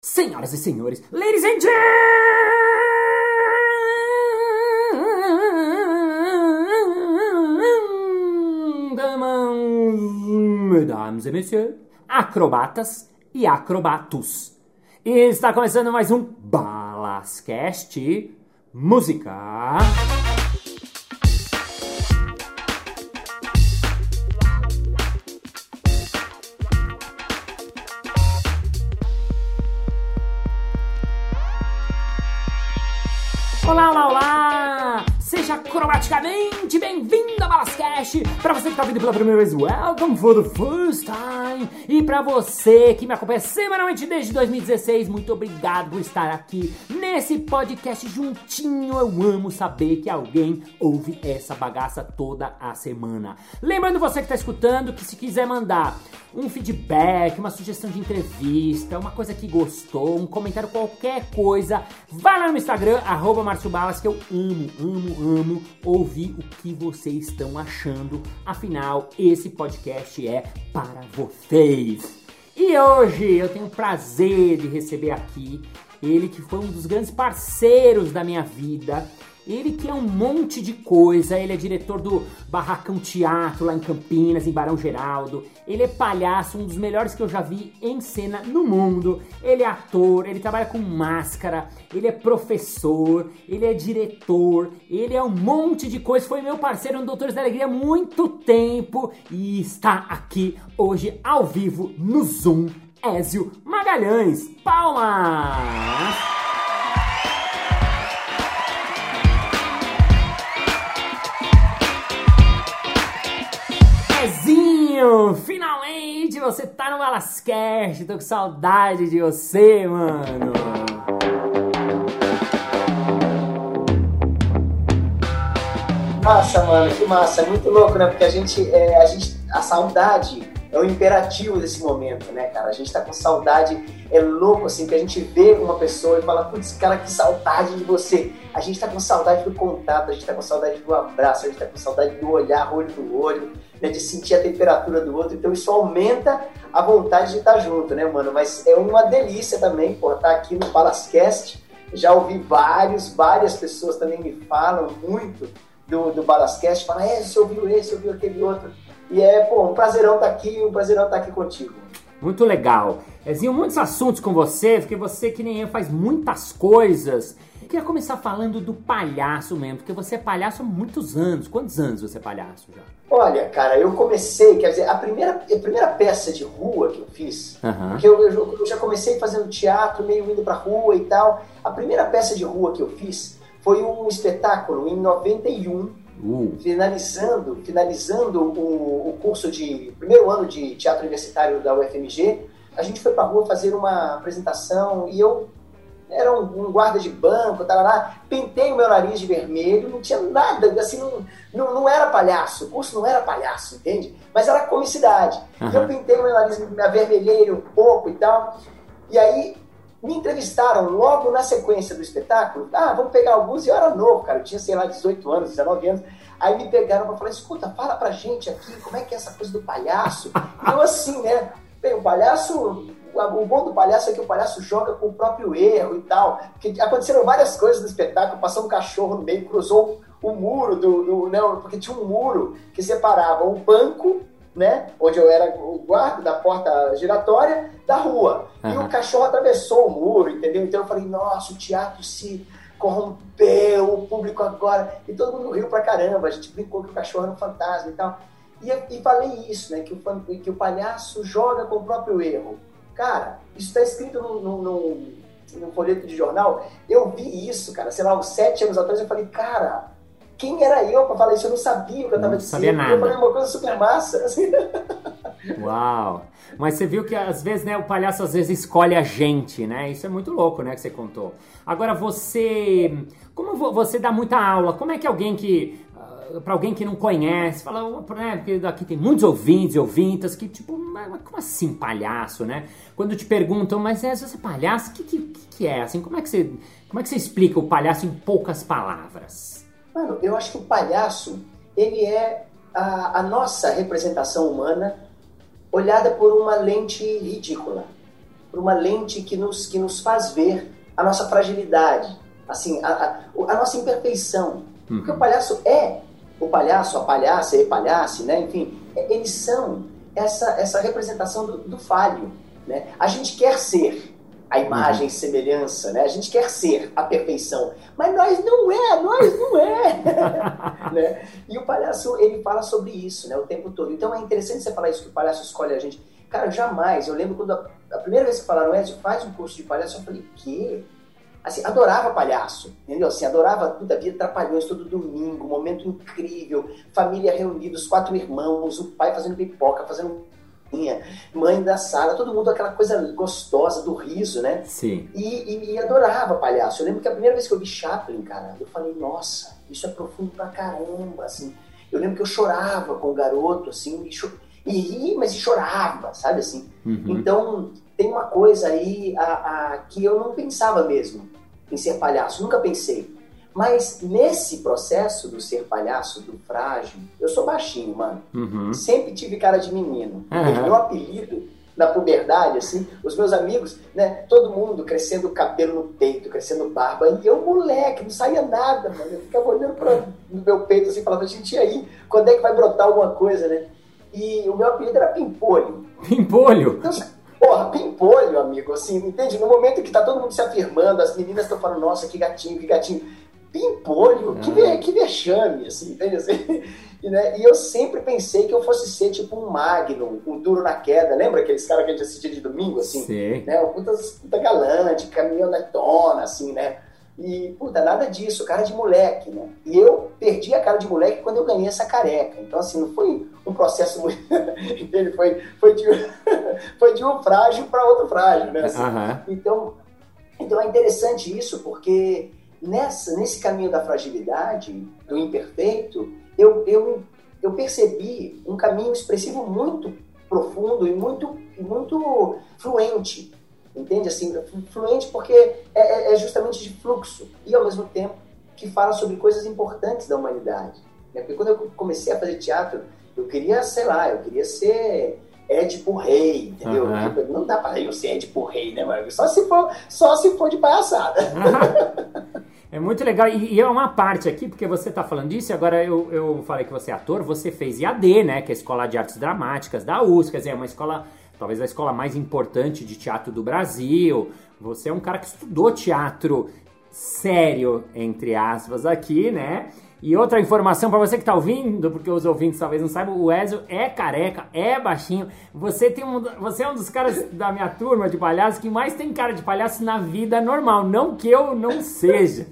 Senhoras e senhores, ladies and gentlemen, mesdames et messieurs, acrobatas e acrobatos. E está começando mais um Balascast Música. Olá, olá, olá! Seja acrobaticamente bem-vindo a Balascast! Para você que está vindo pela primeira vez, welcome for the first time! E para você que me acompanha semanalmente desde 2016, muito obrigado por estar aqui nesse podcast juntinho. Eu amo saber que alguém ouve essa bagaça toda a semana. Lembrando você que está escutando que se quiser mandar um feedback, uma sugestão de entrevista, uma coisa que gostou, um comentário, qualquer coisa, vai lá no Instagram, @MárcioBalas, que eu amo ouvir o que vocês estão achando. Afinal, esse podcast é para vocês. E hoje eu tenho o prazer de receber aqui ele que foi um dos grandes parceiros da minha vida. Ele que é um monte de coisa, ele é diretor do Barracão Teatro lá em Campinas, em Barão Geraldo. Ele é palhaço, um dos melhores que eu já vi em cena no mundo. Ele é ator, ele trabalha com máscara, ele é professor, ele é diretor, ele é um monte de coisa. Foi meu parceiro no Doutores da Alegria há muito tempo e está aqui hoje ao vivo no Zoom, Ézio Magalhães. Palmas! Ezinho, finalmente você tá no Balascast, tô com saudade de você, mano. Nossa, mano, que massa, é muito louco, né? Porque a saudade é o imperativo desse momento, né, cara? A gente tá com saudade, é louco, assim, que a gente vê uma pessoa e fala, putz, cara, que saudade de você. A gente tá com saudade do contato, a gente tá com saudade do abraço, a gente tá com saudade do olhar, olho no olho, né, de sentir a temperatura do outro. Então isso aumenta a vontade de estar junto, né, mano? Mas é uma delícia também, pô, estar aqui no Balascast. Já ouvi várias pessoas também me falam muito do Balascast, falam, você ouviu esse, ouviu aquele outro. E um prazerão estar aqui contigo. Muito legal. Ezinho, muitos assuntos com você, porque você, que nem eu, faz muitas coisas. Eu queria começar falando do palhaço mesmo, porque você é palhaço há muitos anos. Quantos anos você é palhaço já? Olha, cara, eu comecei, quer dizer, a primeira peça de rua que eu fiz, porque eu já comecei fazendo teatro, meio indo pra rua e tal. A primeira peça de rua que eu fiz foi um espetáculo em 91, finalizando o curso de primeiro ano de teatro universitário da UFMG. A gente foi pra rua fazer uma apresentação e eu era um guarda de banco, pintei o meu nariz de vermelho, não tinha nada, assim, não era palhaço, o curso não era palhaço, entende? Mas era comicidade. E eu pintei o meu nariz, me avermelhei um pouco e tal, e aí me entrevistaram logo na sequência do espetáculo. Vamos pegar alguns, e eu era novo, cara, eu tinha, 18 anos, 19 anos, aí me pegaram pra falar, escuta, fala pra gente aqui, como é que é essa coisa do palhaço? E eu assim, né, bem, o bom do palhaço é que o palhaço joga com o próprio erro e tal, porque aconteceram várias coisas no espetáculo, passou um cachorro no meio, cruzou o muro porque tinha um muro que separava o banco, né, onde eu era o guarda da porta giratória, da rua. E o cachorro atravessou o muro, entendeu? Então eu falei, nossa, o teatro se corrompeu, o público agora... E todo mundo riu pra caramba, a gente brincou que o cachorro era um fantasma e tal. E falei isso, né, que o palhaço joga com o próprio erro. Cara, isso está escrito no folheto de jornal. Eu vi isso, cara, sei lá, uns 7 anos atrás, eu falei, cara... Quem era eu pra falar isso? Eu não sabia o que eu tava dizendo. Sabia nada. Eu falei uma coisa super massa. Assim. Uau! Mas você viu que às vezes, né, o palhaço às vezes escolhe a gente, né? Isso é muito louco, né, que você contou. Agora como você dá muita aula, como é que alguém pra alguém que não conhece, fala, né, porque aqui tem muitos ouvintes e ouvintas que tipo, como assim palhaço, né? Quando te perguntam, mas você é palhaço, o que é? Assim, como é que você explica o palhaço em poucas palavras? Mano, eu acho que o palhaço, ele é a nossa representação humana olhada por uma lente ridícula. uma lente que nos faz ver a nossa fragilidade, assim, a nossa imperfeição. Porque o palhaço, a palhaça e palhace, né? Enfim, eles são essa representação do falho, né? A gente quer ser a imagem e semelhança, né? A gente quer ser a perfeição, mas nós não é, né? E o palhaço, ele fala sobre isso, né, o tempo todo. Então é interessante você falar isso, que o palhaço escolhe a gente. Cara, jamais, eu lembro quando a primeira vez que falaram, Ezio, faz um curso de palhaço, eu falei, quê? Assim, adorava palhaço, entendeu? Assim, adorava tudo, havia Trapalhões todo domingo, um momento incrível, família reunida, os 4 irmãos, o pai fazendo pipoca, fazendo mãe da sala, todo mundo aquela coisa gostosa do riso, né? Sim. E adorava palhaço. Eu lembro que a primeira vez que eu vi Chaplin, cara, eu falei, nossa, isso é profundo pra caramba, assim. Eu lembro que eu chorava com o garoto, assim, e ria, mas chorava, sabe, assim. Então, tem uma coisa aí que eu não pensava mesmo em ser palhaço, nunca pensei. Mas nesse processo do ser palhaço, do frágil, eu sou baixinho, mano. Sempre tive cara de menino. Meu apelido na puberdade, assim, os meus amigos, né, todo mundo crescendo cabelo no peito, crescendo barba, e eu, moleque, não saía nada, mano. Eu ficava olhando no meu peito assim, falava, gente, e aí, quando é que vai brotar alguma coisa, né? E o meu apelido era Pimpolho. Pimpolho? Então, porra, Pimpolho, amigo, assim, entende? No momento que tá todo mundo se afirmando, as meninas estão falando, nossa, que gatinho, que gatinho. Pimpolho, que vexame, assim, entende? Assim, e eu sempre pensei que eu fosse ser tipo um Magnum, um Duro na Queda, lembra aqueles caras que a gente assistia de domingo, assim? Sim. Né? Uma puta galante, caminhonetona, assim, né? E, puta, nada disso, cara de moleque, né? E eu perdi a cara de moleque quando eu ganhei essa careca. Então, assim, não foi um processo muito... Entende? Foi de um frágil para outro frágil, né? Assim. Então é interessante isso, porque nesse caminho da fragilidade, do imperfeito, eu percebi um caminho expressivo muito profundo e muito fluente, entende? Assim, fluente porque é justamente de fluxo e, ao mesmo tempo, que fala sobre coisas importantes da humanidade. Né? Porque quando eu comecei a fazer teatro, eu queria ser Édipo Rei, entendeu? Não dá pra eu ser Édipo Rei, né, mano? Só se for de palhaçada. É muito legal, e é uma parte aqui, porque você tá falando disso, e agora eu falei que você é ator, você fez IAD, né, que é a Escola de Artes Dramáticas da USP, quer dizer, é uma escola, talvez a escola mais importante de teatro do Brasil. Você é um cara que estudou teatro sério, entre aspas, aqui, né? E outra informação para você que tá ouvindo, porque os ouvintes talvez não saibam, o Ezio é careca, é baixinho. Você é um dos caras da minha turma de palhaço que mais tem cara de palhaço na vida normal, não que eu não seja.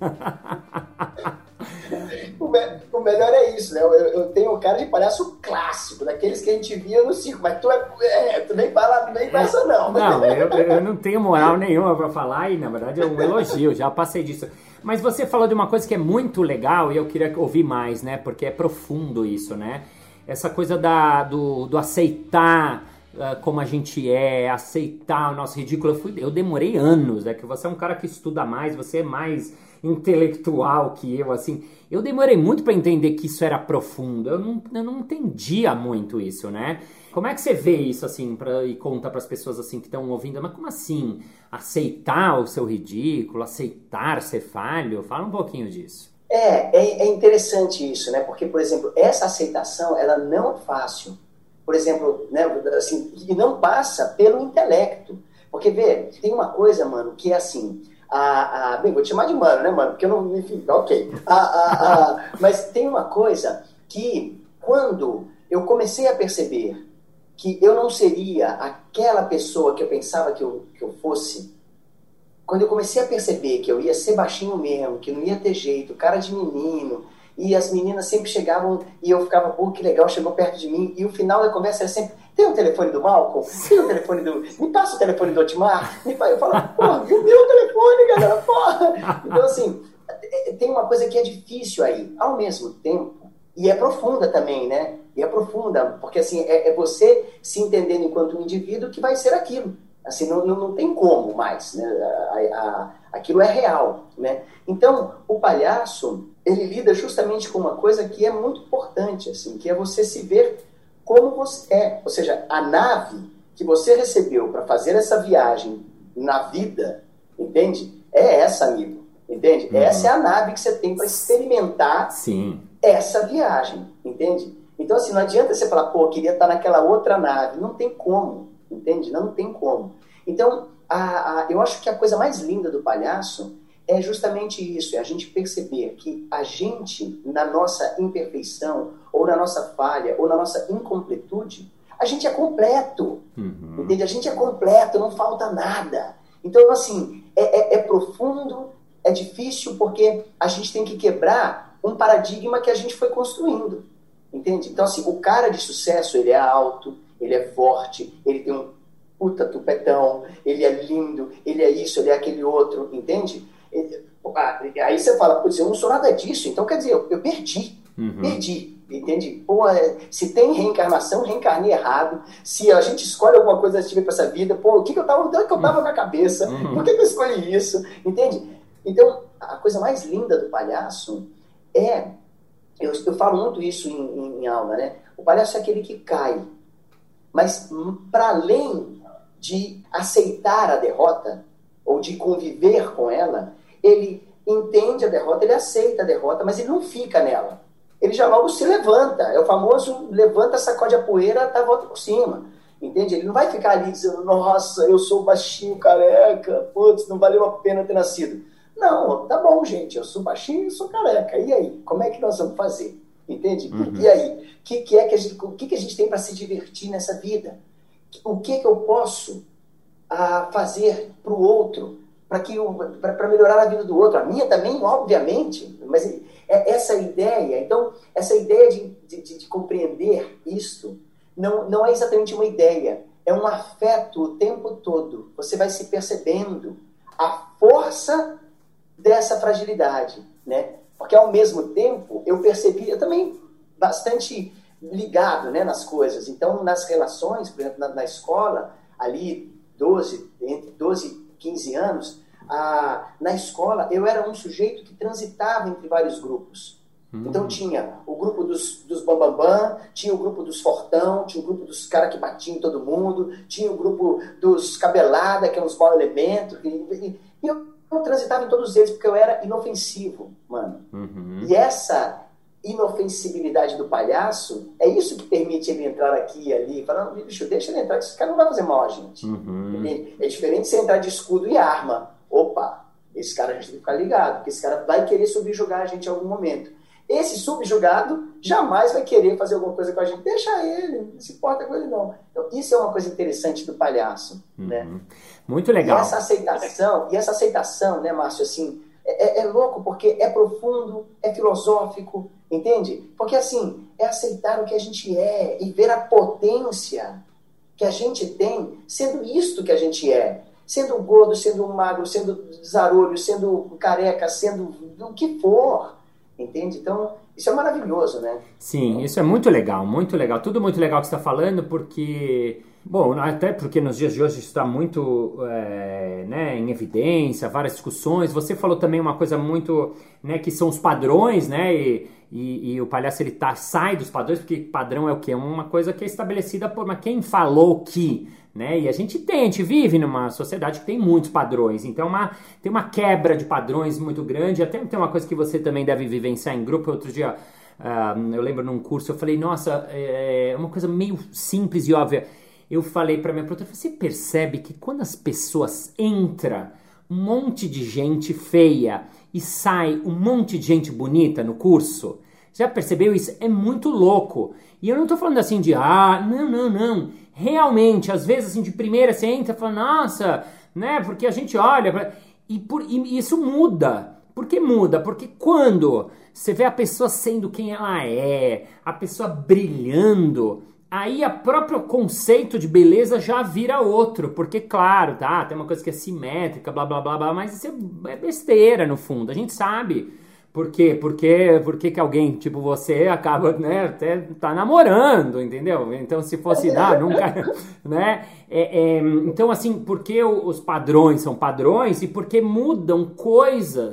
O melhor é isso, né? Eu tenho um cara de palhaço clássico, daqueles que a gente via no circo, mas tu nem fala nem passa não. Não, eu não tenho moral nenhuma para falar e na verdade é um elogio, já passei disso. Mas você falou de uma coisa que é muito legal e eu queria ouvir mais, né? Porque é profundo isso, né? Essa coisa do aceitar como a gente aceitar o nosso ridículo. Eu demorei anos, né? Que você é um cara que estuda mais, você é mais intelectual que eu, assim. Eu demorei muito para entender que isso era profundo. Eu não entendia muito isso, né? Como é que você vê isso, assim, e conta para as pessoas, assim, que estão ouvindo? Mas como assim? Aceitar o seu ridículo, aceitar ser falho? Fala um pouquinho disso. É interessante isso, né? Porque, por exemplo, essa aceitação, ela não é fácil. Por exemplo, né, assim, e não passa pelo intelecto. Porque, vê, tem uma coisa, mano, que é assim... bem, vou te chamar de mano, né, mano? Porque eu não... Enfim, ok. Mas tem uma coisa que, quando eu comecei a perceber que eu não seria aquela pessoa que eu pensava que eu fosse, quando eu comecei a perceber que eu ia ser baixinho mesmo, que não ia ter jeito, cara de menino, e as meninas sempre chegavam e eu ficava, pô, que legal, chegou perto de mim, e o final da conversa era sempre, tem o telefone do Malcolm? Tem o telefone do... Me passa o telefone do Otmar? Eu falava, porra, e o meu telefone, galera, porra! Então, assim, tem uma coisa que é difícil aí, ao mesmo tempo, e é profunda também, né? E é profunda, porque assim, é você se entendendo enquanto um indivíduo que vai ser aquilo. Assim, não tem como mais, né? Aquilo é real, né? Então, o palhaço, ele lida justamente com uma coisa que é muito importante, assim, que é você se ver como você é. Ou seja, a nave que você recebeu para fazer essa viagem na vida, entende? É essa, amigo, entende? Essa é a nave que você tem para experimentar essa viagem, entende? Então, assim, não adianta você falar, pô, eu queria estar naquela outra nave. Não tem como, entende? Não tem como. Então, eu acho que a coisa mais linda do palhaço é justamente isso, é a gente perceber que a gente, na nossa imperfeição, ou na nossa falha, ou na nossa incompletude, a gente é completo, entende? A gente é completo, não falta nada. Então, assim, é profundo, é difícil, porque a gente tem que quebrar um paradigma que a gente foi construindo, entende? Então, assim, o cara de sucesso, ele é alto, ele é forte, ele tem um puta tupetão, ele é lindo, ele é isso, ele é aquele outro, entende? Aí você fala, putz, eu não sou nada disso, então quer dizer, eu perdi, entende? Pô, se tem reencarnação, reencarnei errado. Se a gente escolhe alguma coisa antes de vir pra essa vida, pô, onde é que eu tava na cabeça? Por que eu escolhi isso? Entende? Então, a coisa mais linda do palhaço é, eu falo muito isso em aula, né? O palhaço é aquele que cai, mas para além de aceitar a derrota, ou de conviver com ela, ele entende a derrota, ele aceita a derrota, mas ele não fica nela. Ele já logo se levanta. É o famoso levanta, sacode a poeira, tá, volta por cima. Entende? Ele não vai ficar ali dizendo, nossa, eu sou baixinho, careca, putz, não valeu a pena ter nascido. Não, tá bom, gente, eu sou baixinho e sou careca. E aí? Como é que nós vamos fazer? Entende? E aí? O que a gente tem para se divertir nessa vida? O que eu posso fazer para o outro, para melhorar a vida do outro? A minha também, obviamente, mas essa ideia, então, essa ideia de compreender isto não é exatamente uma ideia, é um afeto o tempo todo. Você vai se percebendo a força dessa fragilidade, né? Porque ao mesmo tempo eu percebi, eu também bastante ligado, né, nas coisas. Então, nas relações, por exemplo, na escola, ali entre 12 e 15 anos, na escola eu era um sujeito que transitava entre vários grupos. Então tinha o grupo dos bambambam, tinha o grupo dos fortão, tinha o grupo dos caras que batiam em todo mundo, tinha o grupo dos cabelada, que é uns mau elementos, e eu transitava em todos eles porque eu era inofensivo, mano. E essa inofensibilidade do palhaço é isso que permite ele entrar aqui e ali, falando, bicho, deixa ele entrar, esse cara não vai fazer mal a gente. É diferente de você entrar de escudo e arma. Opa, esse cara a gente tem que ficar ligado, porque esse cara vai querer subjugar a gente em algum momento. Esse subjugado jamais vai querer fazer alguma coisa com a gente. Deixa ele, não se importa com ele não. Então, isso é uma coisa interessante do palhaço, né? Muito legal. E essa aceitação, né, Márcio, assim, é louco porque é profundo, é filosófico, entende? Porque, assim, é aceitar o que a gente é e ver a potência que a gente tem sendo isto que a gente é. Sendo gordo, sendo magro, sendo zarolho, sendo careca, sendo o que for, entende? Então, isso é maravilhoso, né? Sim, isso é muito legal, tudo muito legal que você está falando, porque, bom, até porque nos dias de hoje isso está muito né, em evidência, várias discussões. Você falou também uma coisa muito, né, que são os padrões, né, e o palhaço ele sai dos padrões, porque padrão é o quê? Uma coisa que é estabelecida por quem falou que... Né? E a gente vive numa sociedade que tem muitos padrões, então tem uma quebra de padrões muito grande. Até tem uma coisa que você também deve vivenciar em grupo. Outro dia, eu lembro num curso, eu falei, nossa, é uma coisa meio simples e óbvia. Eu falei para minha professora, você percebe que quando as pessoas entram, um monte de gente feia e sai um monte de gente bonita no curso? Já percebeu isso? É muito louco. E eu não tô falando assim de, não. Realmente, às vezes, assim, de primeira você entra e fala, nossa, né, porque a gente olha, e isso muda. Por que muda? Porque quando você vê a pessoa sendo quem ela é, a pessoa brilhando, aí o próprio conceito de beleza já vira outro. Porque, claro, tá, tem uma coisa que é simétrica, blá, blá, blá, blá, mas isso é besteira, no fundo, a gente sabe. Por quê? Porque que alguém, tipo você, acaba, né, até tá namorando, entendeu? Então, se fosse dar, nunca, né? Então, assim, porque os padrões são padrões e porque mudam coisas.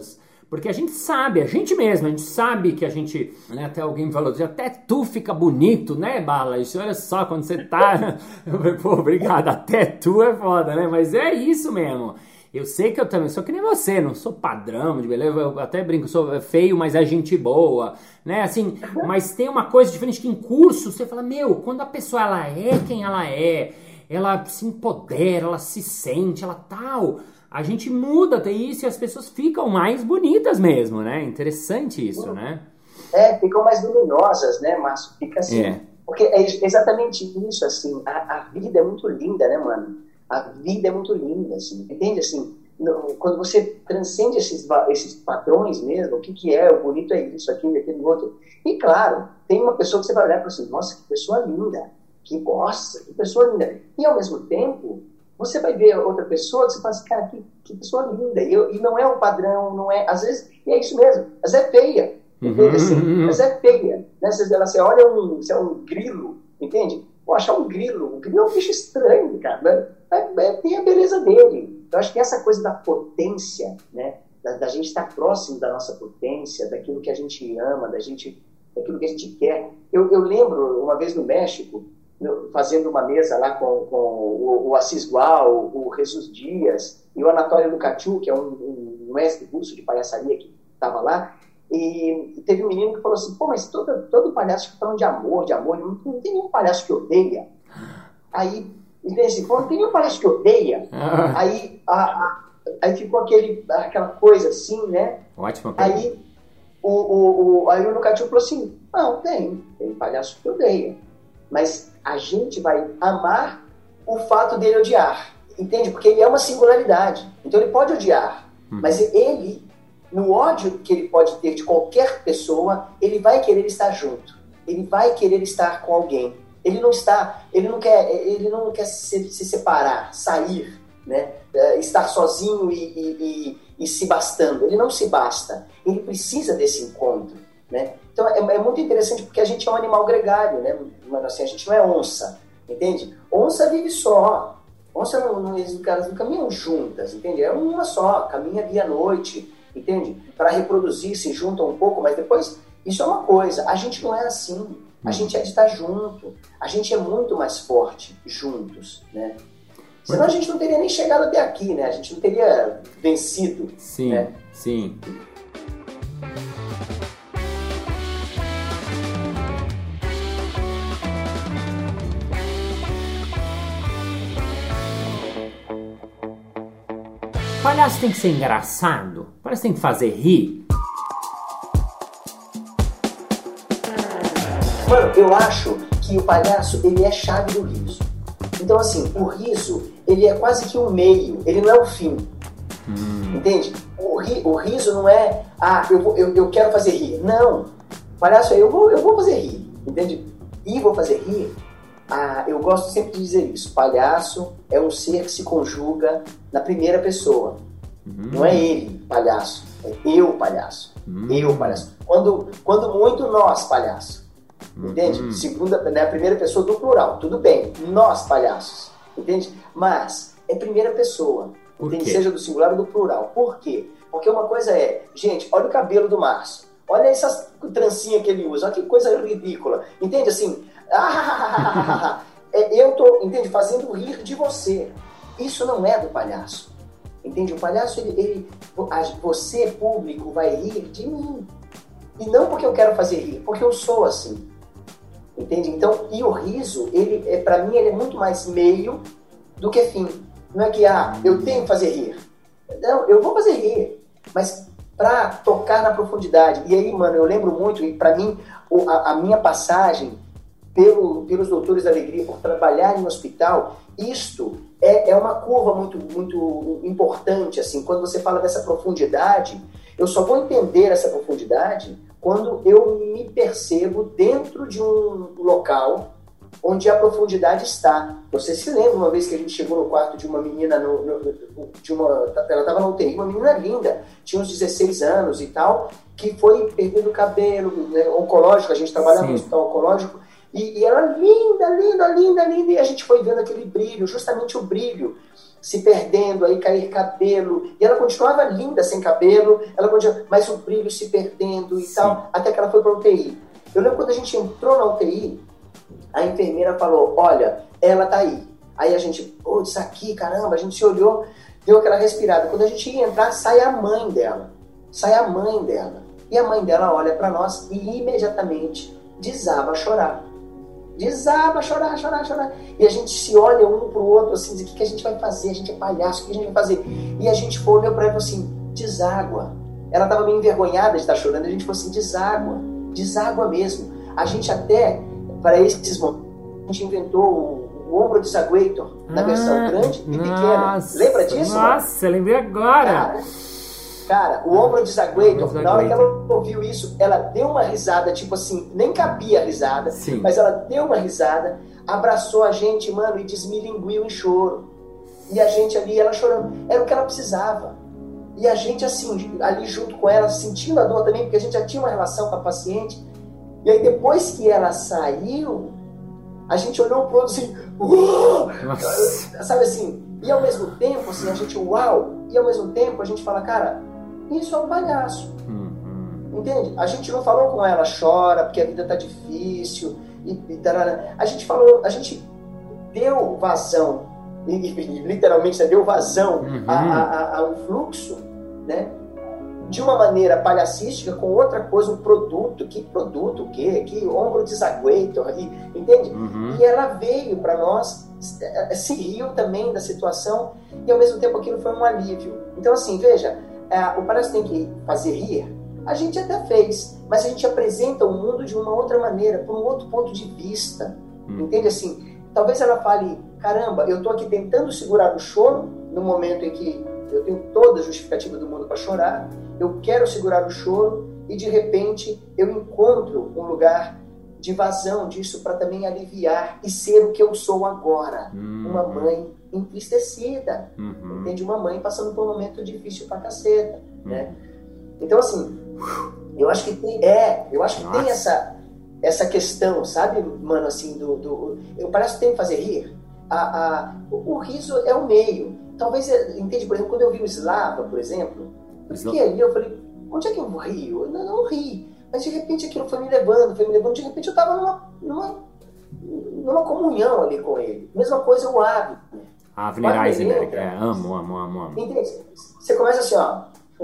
Porque a gente mesmo, a gente sabe que a gente, né, até alguém me falou, até tu fica bonito, né, Bala? Isso, olha só, quando você tá, eu falei, pô, obrigado, até tu é foda, né, mas é isso mesmo. Eu sei que eu também sou que nem você, não sou padrão de beleza, eu até brinco, sou feio, mas é gente boa, né, assim, mas tem uma coisa diferente que em curso você fala, meu, quando a pessoa, ela é quem ela se empodera, ela se sente, ela tal... A gente muda até isso e as pessoas ficam mais bonitas mesmo, né? Interessante isso, né? Ficam mais luminosas, né, Márcio? Fica assim. Porque é exatamente isso, assim. A vida é muito linda, né, mano? A vida é muito linda, assim. Entende? Assim, quando você transcende esses padrões mesmo, o que é? O bonito é isso, aquilo, aquele outro. E, claro, tem uma pessoa que você vai olhar e falar assim, nossa, que pessoa linda. Que pessoa linda. E, ao mesmo tempo... Você vai ver outra pessoa que você fala assim, cara, que pessoa linda. E não é um padrão, não é... Às vezes, e é isso mesmo, às vezes é feia. Entende? Assim, às vezes é feia. Né? Você olha um grilo, entende? Pô, achar um grilo é um bicho estranho, cara. Tem a beleza dele. Então, acho que essa coisa da potência, né? Da gente estar próximo da nossa potência, daquilo que a gente ama, daquilo que a gente quer. Eu lembro, uma vez no México, fazendo uma mesa lá com o Assis Gual, o Jesus Dias e o Anatoly Lukachu, que é um mestre russo de palhaçaria que estava lá, e teve um menino que falou assim, pô, mas todo palhaço fica falando de amor, não tem nenhum palhaço que odeia. Aí, assim, pô, não tem nenhum palhaço que odeia. Aí ficou aquela coisa assim, né? Ótimo. Aí o Lukachu falou assim, não, tem palhaço que odeia. Mas a gente vai amar o fato dele odiar, entende? Porque ele é uma singularidade, então ele pode odiar, mas ele, no ódio que ele pode ter de qualquer pessoa, ele vai querer estar junto, ele vai querer estar com alguém, ele não quer se separar, sair, né? Estar sozinho e se bastando, ele não se basta, ele precisa desse encontro, né? Então é muito interessante porque a gente é um animal gregário, né? Mas, assim, a gente não é onça, entende? Onça vive só. Onça elas não caminham juntas, entende? É uma só, caminha dia à noite, entende? Para reproduzir, se juntam um pouco, mas depois, isso é uma coisa. A gente não é assim. A gente é de estar junto. A gente é muito mais forte juntos, né? Senão a gente não teria nem chegado até aqui, né? A gente não teria vencido. Sim, né? Sim. Palhaço tem que ser engraçado? Palhaço tem que fazer rir? Mano, eu acho que o palhaço, ele é chave do riso. Então, assim, o riso, ele é quase que um meio, ele não é o fim. Entende? O riso não é, eu quero fazer rir. Não. O palhaço é, eu vou fazer rir. Entende? E vou fazer rir. Eu gosto sempre de dizer isso. Palhaço é um ser que se conjuga na primeira pessoa. Não é ele, palhaço. É eu, palhaço. Eu, palhaço. Quando muito, nós, palhaço. Entende? Segunda, né, a primeira pessoa do plural. Tudo bem. Nós, palhaços. Entende? Mas é primeira pessoa. Entende? Seja do singular ou do plural. Por quê? Porque uma coisa é... Gente, olha o cabelo do Márcio. Olha essas trancinhas que ele usa. Olha que coisa ridícula. Entende? Assim... eu tô, entende, fazendo rir de você. Isso não é do palhaço, entende? O palhaço, você, público, vai rir de mim, e não porque eu quero fazer rir, porque eu sou assim, entende? Então, e o riso, para mim, ele é muito mais meio do que fim. Não é que, eu tenho que fazer rir. Não, eu vou fazer rir, mas para tocar na profundidade. E aí, mano, eu lembro muito, e para mim, a minha passagem pelos Doutores da Alegria, por trabalhar em hospital, isto é uma curva muito, muito importante, assim, quando você fala dessa profundidade, eu só vou entender essa profundidade quando eu me percebo dentro de um local onde a profundidade está. Você se lembra uma vez que a gente chegou no quarto de uma menina, ela estava na UTI, uma menina linda, tinha uns 16 anos e tal, que foi perdendo o cabelo, né, oncológico, a gente trabalhava no hospital oncológico, e ela linda, linda, linda, linda, e a gente foi vendo aquele brilho, justamente o brilho. se perdendo, aí cair cabelo, e ela continuava linda sem cabelo, mas o brilho se perdendo e tal, até que ela foi para a UTI. Eu lembro quando a gente entrou na UTI, a enfermeira falou, olha, ela tá aí. Aí a gente, isso aqui, caramba, a gente se olhou, deu aquela respirada. Quando a gente ia entrar, sai a mãe dela. E a mãe dela olha para nós e imediatamente desaba a chorar. Chorar. E a gente se olha um pro outro assim, diz, o que a gente vai fazer? A gente é palhaço, o que a gente vai fazer? E a gente olhou para ela e falou assim, deságua. Ela estava meio envergonhada de estar chorando, a gente falou assim, deságua mesmo. A gente até, para esses momentos, a gente inventou o ombro desaguator na versão grande e pequena. Lembra disso? Nossa, eu lembrei agora. Cara, o ombro desaguator, na hora que ela ouviu isso, ela deu uma risada, tipo assim, nem cabia a risada, mas ela deu uma risada, abraçou a gente, mano, e desmilinguiu em choro. E a gente ali, ela chorando, era o que ela precisava. E a gente assim, ali junto com ela, sentindo a dor também, porque a gente já tinha uma relação com a paciente. E aí depois que ela saiu, a gente olhou pro outro assim, sabe assim, e ao mesmo tempo, assim, a gente, e ao mesmo tempo a gente fala, cara, isso é um palhaço. Entende? A gente não falou com ela, chora, porque a vida tá difícil, a gente falou, a gente deu vazão, literalmente deu vazão a um fluxo, né? De uma maneira palhacística, com outra coisa, um produto, que ombro desaguator, entende? E ela veio para nós, se riu também da situação, e ao mesmo tempo aquilo foi um alívio. Então assim, veja, o palhaço tem que fazer rir, a gente até fez, mas a gente apresenta o mundo de uma outra maneira, por um outro ponto de vista, entende? Assim, talvez ela fale, caramba, eu tô aqui tentando segurar o choro, no momento em que eu tenho toda a justificativa do mundo para chorar, eu quero segurar o choro e de repente eu encontro um lugar de vazão disso para também aliviar e ser o que eu sou agora, uma mãe entristecida, entende? Uma mãe passando por um momento difícil pra caceta, né? Então assim, eu acho que tem essa questão, sabe, mano, assim, eu parece que tem que fazer rir. O riso é o meio. Talvez, entende, por exemplo, quando eu vi o Slava, por exemplo, eu fiquei ali, eu falei, onde é que eu vou rir? Eu não ri. Mas de repente aquilo foi me levando, de repente eu estava numa comunhão ali com ele. Mesma coisa o Avner. Avner Eisenberg, amo. Entende? Você começa assim, ó.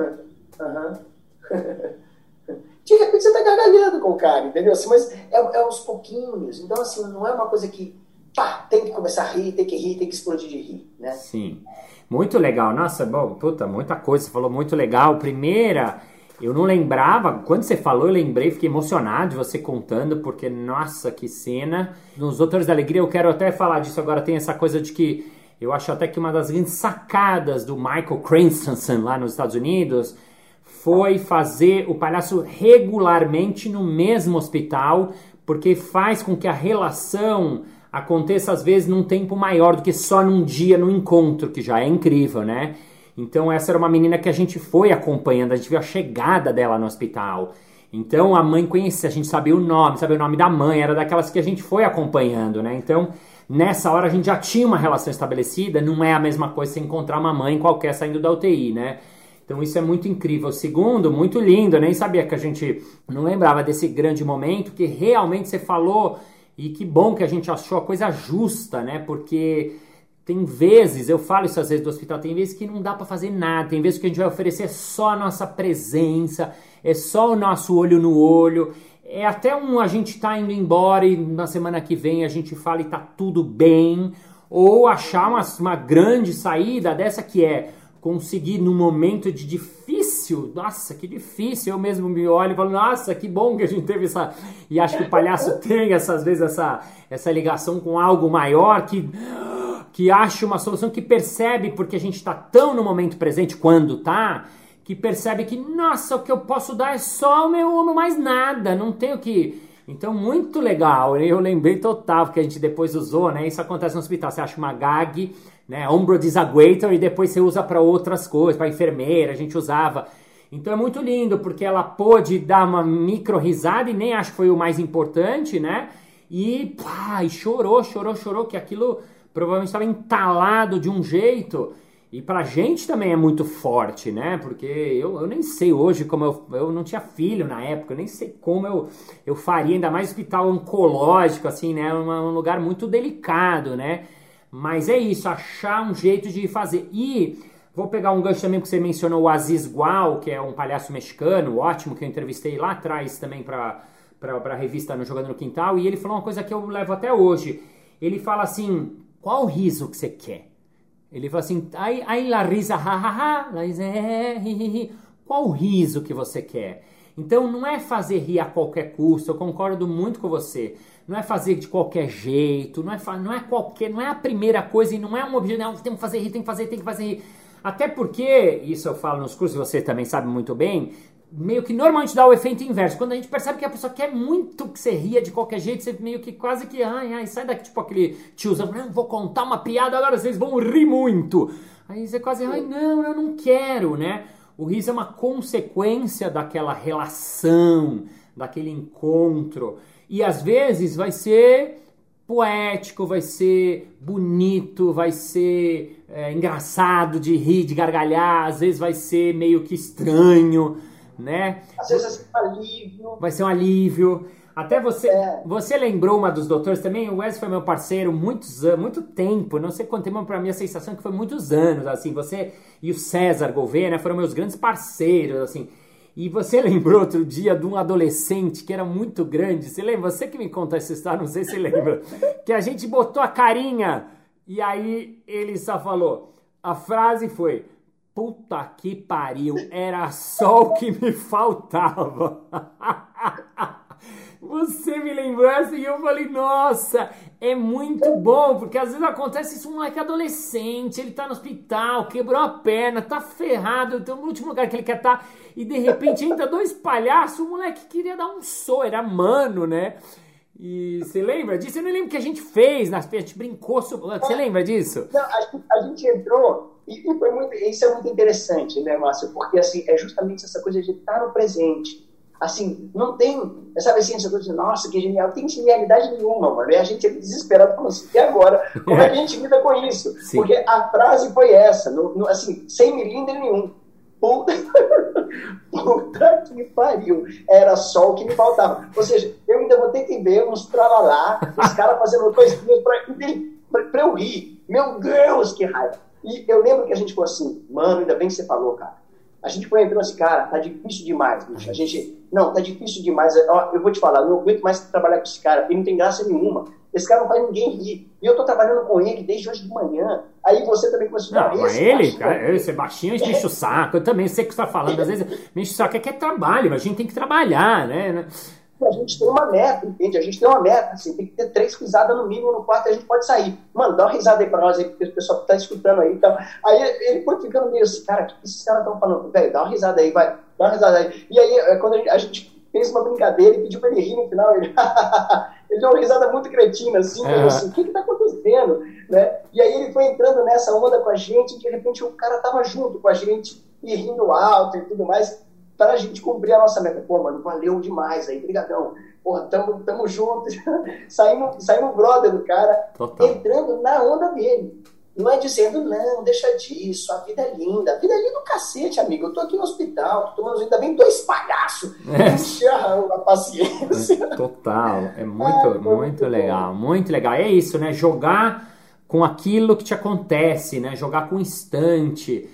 De repente você tá gargalhando com o cara, entendeu? Assim, mas é aos pouquinhos. Então, assim, não é uma coisa que tem que começar a rir, tem que explodir de rir, né? Sim. Muito legal. Nossa, muita coisa. Você falou muito legal. Primeira, eu não lembrava. Quando você falou, eu lembrei. Fiquei emocionado de você contando, porque, nossa, que cena. Nos Doutores da Alegria, eu quero até falar disso agora. Tem essa coisa de que eu acho até que uma das grandes sacadas do Michael Christensen lá nos Estados Unidos foi fazer o palhaço regularmente no mesmo hospital, porque faz com que a relação aconteça às vezes num tempo maior do que só num dia no encontro, que já é incrível, né? Então essa era uma menina que a gente foi acompanhando, a gente viu a chegada dela no hospital. Então a mãe conhecia, a gente sabia o nome da mãe, era daquelas que a gente foi acompanhando, né? Então nessa hora a gente já tinha uma relação estabelecida, não é a mesma coisa você encontrar uma mãe qualquer saindo da UTI, né? Então isso é muito incrível. Segundo, muito lindo, eu nem sabia que a gente não lembrava desse grande momento, que realmente você falou, e que bom que a gente achou a coisa justa, né? Porque tem vezes, eu falo isso às vezes do hospital, tem vezes que não dá pra fazer nada, tem vezes que a gente vai oferecer só a nossa presença, é só o nosso olho no olho, é até a gente tá indo embora e na semana que vem a gente fala e tá tudo bem, ou achar uma grande saída dessa que é conseguir num momento de difícil, nossa, que difícil, eu mesmo me olho e falo, nossa, que bom que a gente teve essa, e acho que o palhaço tem às vezes essa ligação com algo maior, que acha uma solução, que percebe, porque a gente está tão no momento presente, quando tá, que percebe que, nossa, o que eu posso dar é só o meu, mais nada, não tenho que... Então, muito legal, eu lembrei total, porque a gente depois usou, né, isso acontece no hospital, você acha uma gag, né, ombro desaguator, e depois você usa para outras coisas, para enfermeira, a gente usava. Então é muito lindo, porque ela pôde dar uma micro risada, e nem acho que foi o mais importante, né, e chorou, que aquilo provavelmente estava entalado de um jeito. E pra gente também é muito forte, né? Porque eu nem sei hoje como eu não tinha filho na época, eu nem sei como eu faria, ainda mais hospital oncológico, assim, né? Um lugar muito delicado, né? Mas é isso, achar um jeito de fazer. E vou pegar um gancho também que você mencionou, o Aziz Gual, que é um palhaço mexicano, ótimo, que eu entrevistei lá atrás também pra revista no Jogando no Quintal, e ele falou uma coisa que eu levo até hoje. Ele fala assim, qual riso que você quer? Ele fala assim, aí la risa, ha, ha, ha, la risa, qual riso que você quer? Então não é fazer rir a qualquer custo, eu concordo muito com você. Não é fazer de qualquer jeito, não é a primeira coisa e não é um objetivo, não, tem que fazer rir, tem que fazer rir. Até porque, isso eu falo nos cursos, você também sabe muito bem, meio que normalmente dá o efeito inverso. Quando a gente percebe que a pessoa quer muito que você ria de qualquer jeito, você meio que quase que, sai daqui, tipo aquele tiozão, não, vou contar uma piada, agora vocês vão rir muito. Aí você quase, não, eu não quero, né? O riso é uma consequência daquela relação, daquele encontro. E às vezes vai ser poético, vai ser bonito, vai ser engraçado de rir, de gargalhar, às vezes vai ser meio que estranho, né? Às vezes vai ser um alívio. Vai ser um alívio. Até você lembrou uma dos doutores também, o Wesley foi meu parceiro muito tempo, não sei quanto tempo, pra minha sensação que foi muitos anos, assim, você e o César Gouveia, né, foram meus grandes parceiros, assim. E você lembrou outro dia de um adolescente que era muito grande, você lembra? Você que me conta essa história, não sei se você lembra, que a gente botou a carinha e aí ele só falou, a frase foi, puta que pariu, era só o que me faltava. Você me lembrou assim e eu falei, nossa, é muito bom, porque às vezes acontece isso, um moleque adolescente, ele tá no hospital, quebrou a perna, tá ferrado, então no último lugar que ele quer estar, e de repente entra dois palhaços, o moleque queria dar um soco, era mano, né? E você lembra disso? Eu não lembro o que a gente fez, a gente brincou, você lembra disso? Não, a gente entrou, e foi muito, isso é muito interessante, né, Márcio? Porque assim, é justamente essa coisa de estar no presente. Assim, não tem, sabe assim, essa coisa de, nossa, que genial, não tem genialidade nenhuma, mano, e a gente é desesperado, como assim, e agora? Como é que a gente lida com isso? Sim. Porque a frase foi essa, assim, sem milímetro nenhum, puta que pariu, era só o que me faltava, ou seja, eu ainda vou ter que ver uns tralalá, os caras fazendo coisinhas pra eu rir, meu Deus, que raiva, e eu lembro que a gente falou assim, mano, ainda bem que você falou, cara. A gente foi entrando assim, cara, tá difícil demais, bicho. Tá difícil demais. Eu vou te falar, não aguento mais trabalhar com esse cara, ele não tem graça nenhuma. Esse cara não faz ninguém rir. E eu tô trabalhando com ele desde hoje de manhã. Aí você também começou a falar, ele, cara, esse baixinho, a gente enche o saco. Eu também sei o que você tá falando. Às vezes me enche o saco, é que é trabalho, mas a gente tem que trabalhar, né? A gente tem uma meta, entende? A gente tem uma meta, assim, tem que ter 3 risadas no mínimo no quarto e a gente pode sair. Mano, dá uma risada aí pra nós, aí, porque o pessoal que tá escutando aí. Então, aí ele foi ficando meio assim, cara, o que esses caras estão falando? Velho, dá uma risada aí, vai, dá uma risada aí. E aí, quando a gente fez uma brincadeira e pediu pra ele rir no final, ele deu uma risada muito cretina, assim, assim, o que tá acontecendo? Né? E aí ele foi entrando nessa onda com a gente e de repente o cara tava junto com a gente e rindo alto e tudo mais. Pra gente cumprir a nossa meta. Pô, mano, valeu demais aí, brigadão. Porra, tamo juntos. Saímos brother do cara. Total. Entrando na onda dele. Não é dizendo, não, deixa disso, a vida é linda. A vida é linda do cacete, amigo. Eu tô aqui no hospital, tô tomando ainda bem 2 palhaços. Enxerra a paciência. Total. É muito legal. Muito legal. É isso, né? Jogar com aquilo que te acontece, né? Jogar com o instante.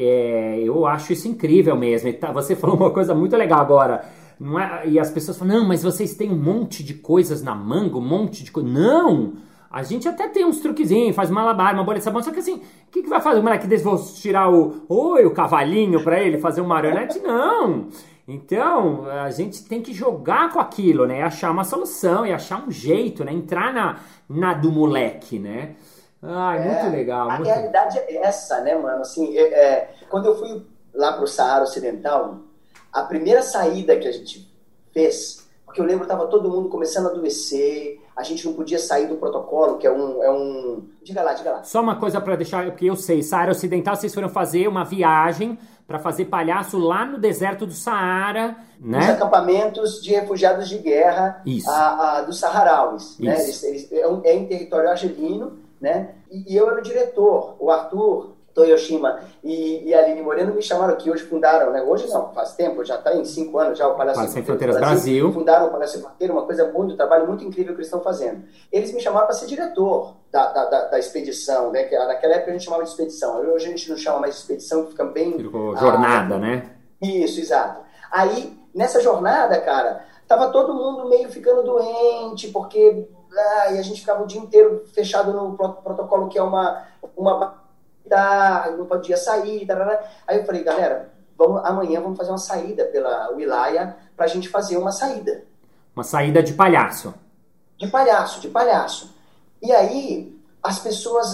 Eu acho isso incrível mesmo. Você falou uma coisa muito legal agora, não é? E as pessoas falam, não, mas vocês têm um monte de coisas na manga, um monte de coisa. Não! A gente até tem uns truquezinhos, faz malabar, uma bolha de sabão, só que assim, o que vai fazer? O moleque desse, vou tirar o cavalinho pra ele, fazer um marionete? Não! Então, a gente tem que jogar com aquilo, né? Achar uma solução e achar um jeito, né? Entrar na do moleque, né? Muito legal. A realidade é essa, né, mano? Assim, quando eu fui lá pro Saara Ocidental, a primeira saída que a gente fez, porque eu lembro que tava todo mundo começando a adoecer, a gente não podia sair do protocolo, que é um... Diga lá. Só uma coisa pra deixar, porque eu sei, Saara Ocidental, vocês foram fazer uma viagem pra fazer palhaço lá no deserto do Saara, né? Os acampamentos de refugiados de guerra dos saharauis, né? É em território argelino. né? E eu era o diretor, o Arthur Toyoshima e a Aline Moreno me chamaram aqui, hoje fundaram, né? Hoje não, faz tempo, já está em 5 anos já o Palhaço Sem Fronteiras Brasil. Fundaram o Palhaço Sem Fronteiras, uma coisa muito, um trabalho muito incrível que eles estão fazendo. Eles me chamaram para ser diretor da expedição, né? Que naquela época a gente chamava de expedição, hoje a gente não chama mais de expedição, que fica bem... Jornada, né? Isso, exato. Aí, nessa jornada, cara, tava todo mundo meio ficando doente, porque e a gente ficava o dia inteiro fechado no protocolo que é uma não podia sair, tarará. Aí eu falei, galera, amanhã vamos fazer uma saída pela Wilaya pra gente fazer uma saída. Uma saída de palhaço. De palhaço. E aí, as pessoas,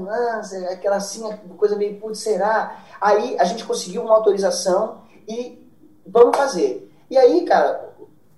aquela assim, coisa meio, putz, será? Aí a gente conseguiu uma autorização e vamos fazer. E aí, cara,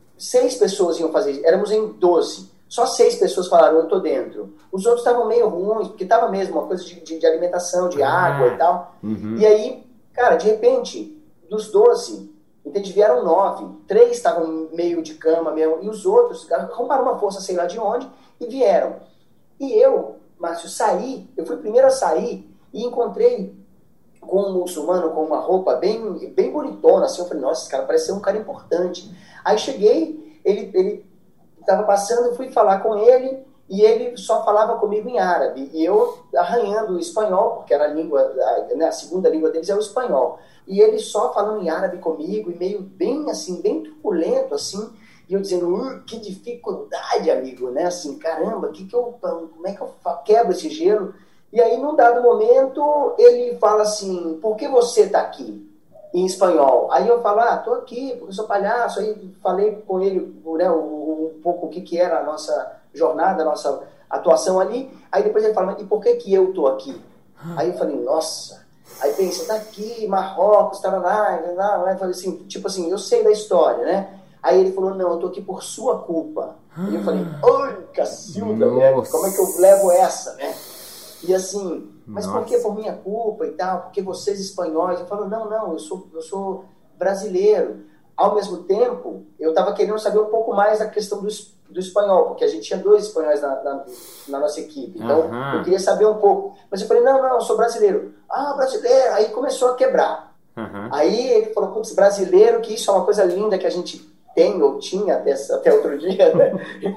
6 pessoas iam fazer, éramos em 12. Só 6 pessoas falaram, eu tô dentro. Os outros estavam meio ruins, porque tava mesmo uma coisa de alimentação, de água e tal. Uhum. E aí, cara, de repente, dos 12, entende, vieram 9. 3 estavam meio de cama mesmo, e os outros arrumaram uma força, sei lá de onde, e vieram. E eu, Márcio, eu fui o primeiro a sair, e encontrei com um muçulmano com uma roupa bem, bem bonitona, assim, eu falei, nossa, esse cara parece ser um cara importante. Aí cheguei, ele estava passando, eu fui falar com ele, e ele só falava comigo em árabe, e eu arranhando o espanhol, porque era a língua, né, a segunda língua deles é o espanhol, e ele só falando em árabe comigo, e meio bem assim, bem turbulento assim, e eu dizendo, que dificuldade, amigo, né, assim, caramba, como é que eu quebro esse gelo? E aí, num dado momento, ele fala assim, por que você está aqui? Em espanhol. Aí eu falo, tô aqui, porque eu sou palhaço. Aí falei com ele, né, um pouco o que era a nossa jornada, a nossa atuação ali. Aí depois ele fala, e por que eu tô aqui? Aí eu falei, nossa. Aí pensa, tá aqui, Marrocos, lá. Eu falei assim, tipo assim, eu sei da história, né? Aí ele falou, não, eu tô aqui por sua culpa. Aí eu falei, oi, Cacilda, velho, como é que eu levo essa, né? E assim, mas por que por minha culpa e tal? Porque vocês espanhóis? Eu falo, não, eu sou brasileiro. Ao mesmo tempo, eu estava querendo saber um pouco mais da questão do espanhol, porque a gente tinha 2 espanhóis na nossa equipe. Então, eu queria saber um pouco. Mas eu falei, não, eu sou brasileiro. Brasileiro. Aí começou a quebrar. Aí ele falou, putz, brasileiro, que isso é uma coisa linda que a gente tem ou tinha até outro dia, né?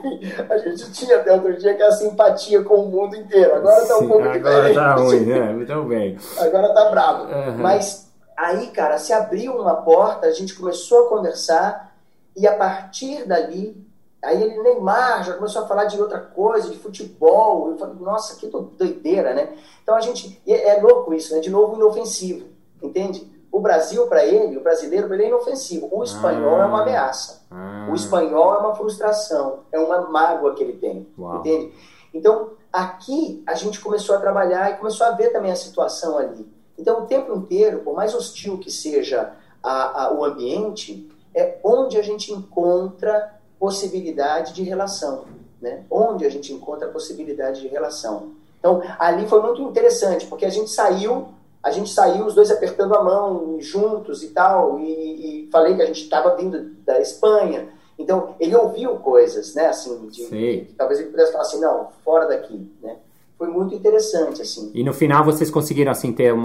A gente tinha até outro dia que é a simpatia com o mundo inteiro. Agora tá um pouco diferente. Agora tá ruim, né? Muito bem. Agora tá bravo. Mas aí, cara, se abriu uma porta, a gente começou a conversar e a partir dali, aí ele, Neymar, já começou a falar de outra coisa, de futebol. Eu falei, nossa, que doideira, né? Então a gente, é louco isso, né? De novo, inofensivo, entende? O Brasil, para ele, o brasileiro, para ele é inofensivo. O espanhol é uma ameaça. O espanhol é uma frustração. É uma mágoa que ele tem. Uau. Entende? Então, aqui, a gente começou a trabalhar e começou a ver também a situação ali. Então, o tempo inteiro, por mais hostil que seja o ambiente, é onde a gente encontra possibilidade de relação. Né? Onde a gente encontra possibilidade de relação. Então, ali foi muito interessante, porque a gente saiu, os 2 apertando a mão juntos e tal, e falei que a gente estava vindo da Espanha. Então, ele ouviu coisas, né, assim, que talvez ele pudesse falar assim, não, fora daqui, né. Foi muito interessante, assim. E no final vocês conseguiram, assim, ter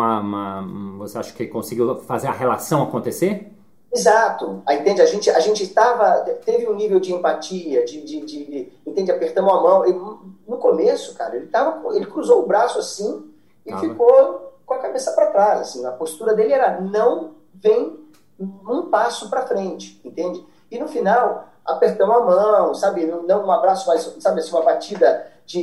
você acha que conseguiu fazer a relação acontecer? Exato. Aí, entende? A gente teve um nível de empatia, entende? Apertamos a mão. No começo, cara, ele cruzou o braço assim e ficou com a cabeça para trás, assim, a postura dele era não vem um passo para frente, entende? E no final, apertamos a mão, sabe, não um abraço, mas, sabe, assim, uma batida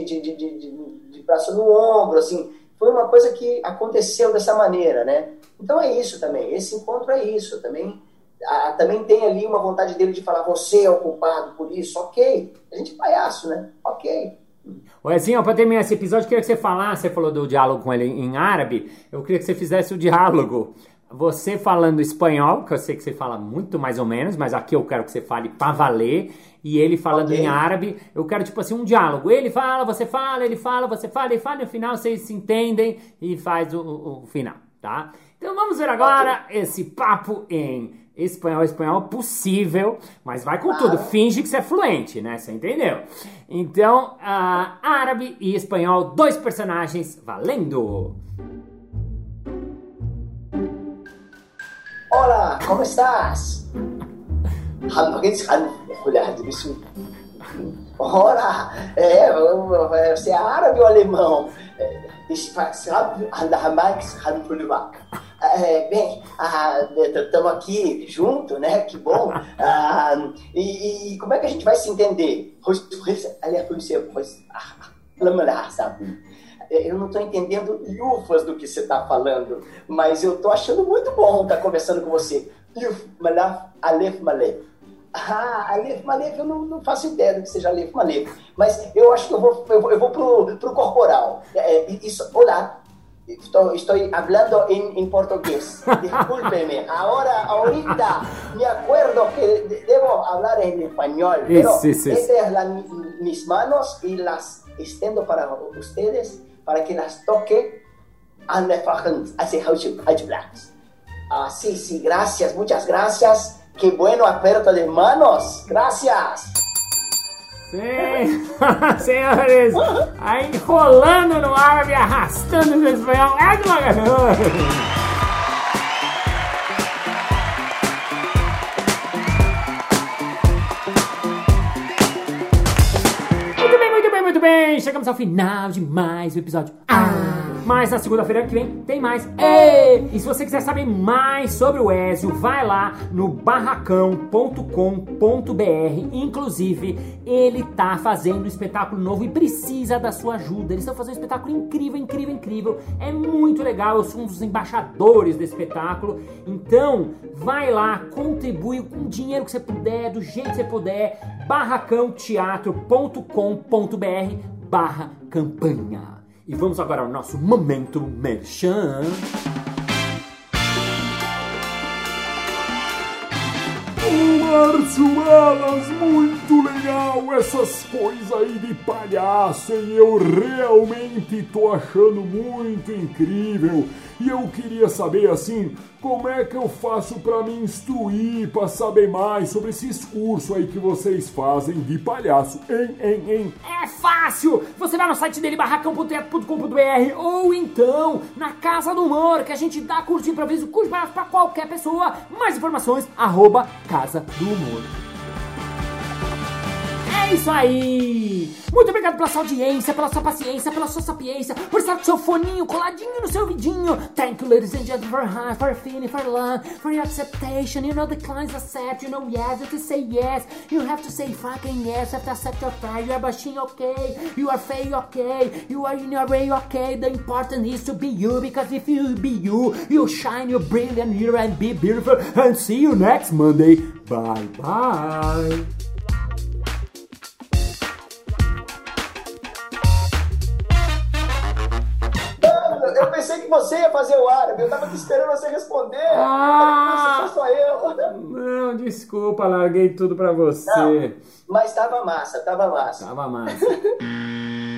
de braço no ombro, assim, foi uma coisa que aconteceu dessa maneira, né? Então é isso também, esse encontro é isso, também tem ali uma vontade dele de falar, você é o culpado por isso, ok, a gente é palhaço, né? Ok. Ezinho, para terminar esse episódio, eu queria que você falasse, você falou do diálogo com ele em árabe, eu queria que você fizesse o diálogo, você falando espanhol, que eu sei que você fala muito mais ou menos, mas aqui eu quero que você fale pra valer, e ele falando em árabe, eu quero tipo assim um diálogo, ele fala, você fala, ele fala, você fala, ele fala, e no final vocês se entendem e faz o final, tá? Então vamos ver agora esse papo em espanhol possível, mas vai com tudo, finge que você é fluente, né? Você entendeu? Então, árabe e espanhol, 2 personagens, valendo! Hola, ¿cómo estás? Hola, você é árabe ou alemão? Bem, estamos aqui junto, né? Que bom. E como é que a gente vai se entender? Eu não estou entendendo lufas do que você está falando, mas eu estou achando muito bom estar conversando com você. Alef Malef. Alef Malef, eu não faço ideia do que seja Alef Malef, mas eu acho que eu vou pro corporal. Olá. Estoy hablando en portugués. Discúlpeme. Ahorita me acuerdo que debo hablar en español. Pero mis manos y las extiendo para ustedes para que las toque. Sí, gracias, muchas gracias. Qué bueno aperto de manos. Gracias. Sim, senhores, aí enrolando no árabe, arrastando no espanhol, é devagar. Muito bem, chegamos ao final de mais um episódio. Mas na segunda-feira que vem tem mais. E se você quiser saber mais sobre o Ezio, vai lá no barracão.com.br. Inclusive, ele tá fazendo um espetáculo novo e precisa da sua ajuda. Eles estão fazendo um espetáculo incrível. É muito legal, eu sou um dos embaixadores desse espetáculo. Então, vai lá, contribui com o dinheiro que você puder, do jeito que você puder. barracãoteatro.com.br/campanha. E vamos agora ao nosso momento merchan. Márcio Balas, muito legal essas coisas aí de palhaço, hein? Eu realmente tô achando muito incrível. E eu queria saber, assim, como é que eu faço pra me instruir, pra saber mais sobre esses cursos aí que vocês fazem de palhaço, hein? É fácil! Você vai no site dele, barracão.com.br, ou então na Casa do Humor, que a gente dá curso de improviso, curso de palhaço pra qualquer pessoa. Mais informações, @Casa do Humor. É isso aí! Muito obrigado pela sua audiência, pela sua paciência, pela sua sapiência, por estar com seu foninho coladinho no seu ouvidinho. Thank you, ladies and gentlemen, for feeling, for love, for your acceptation. You know the clients accept, you know yes, you have to say yes. You have to say fucking yes, you have to accept your pride. You are Bashin, okay. You are Faye, okay. You are in your way, okay. The important is to be you, because if you be you, you shine, you brilliant, you and be beautiful. And see you next Monday. Bye, bye. Eu pensei que você ia fazer o árabe, eu tava aqui esperando você responder. Só eu. Não, desculpa, larguei tudo pra você. Não, mas tava massa. Tava massa.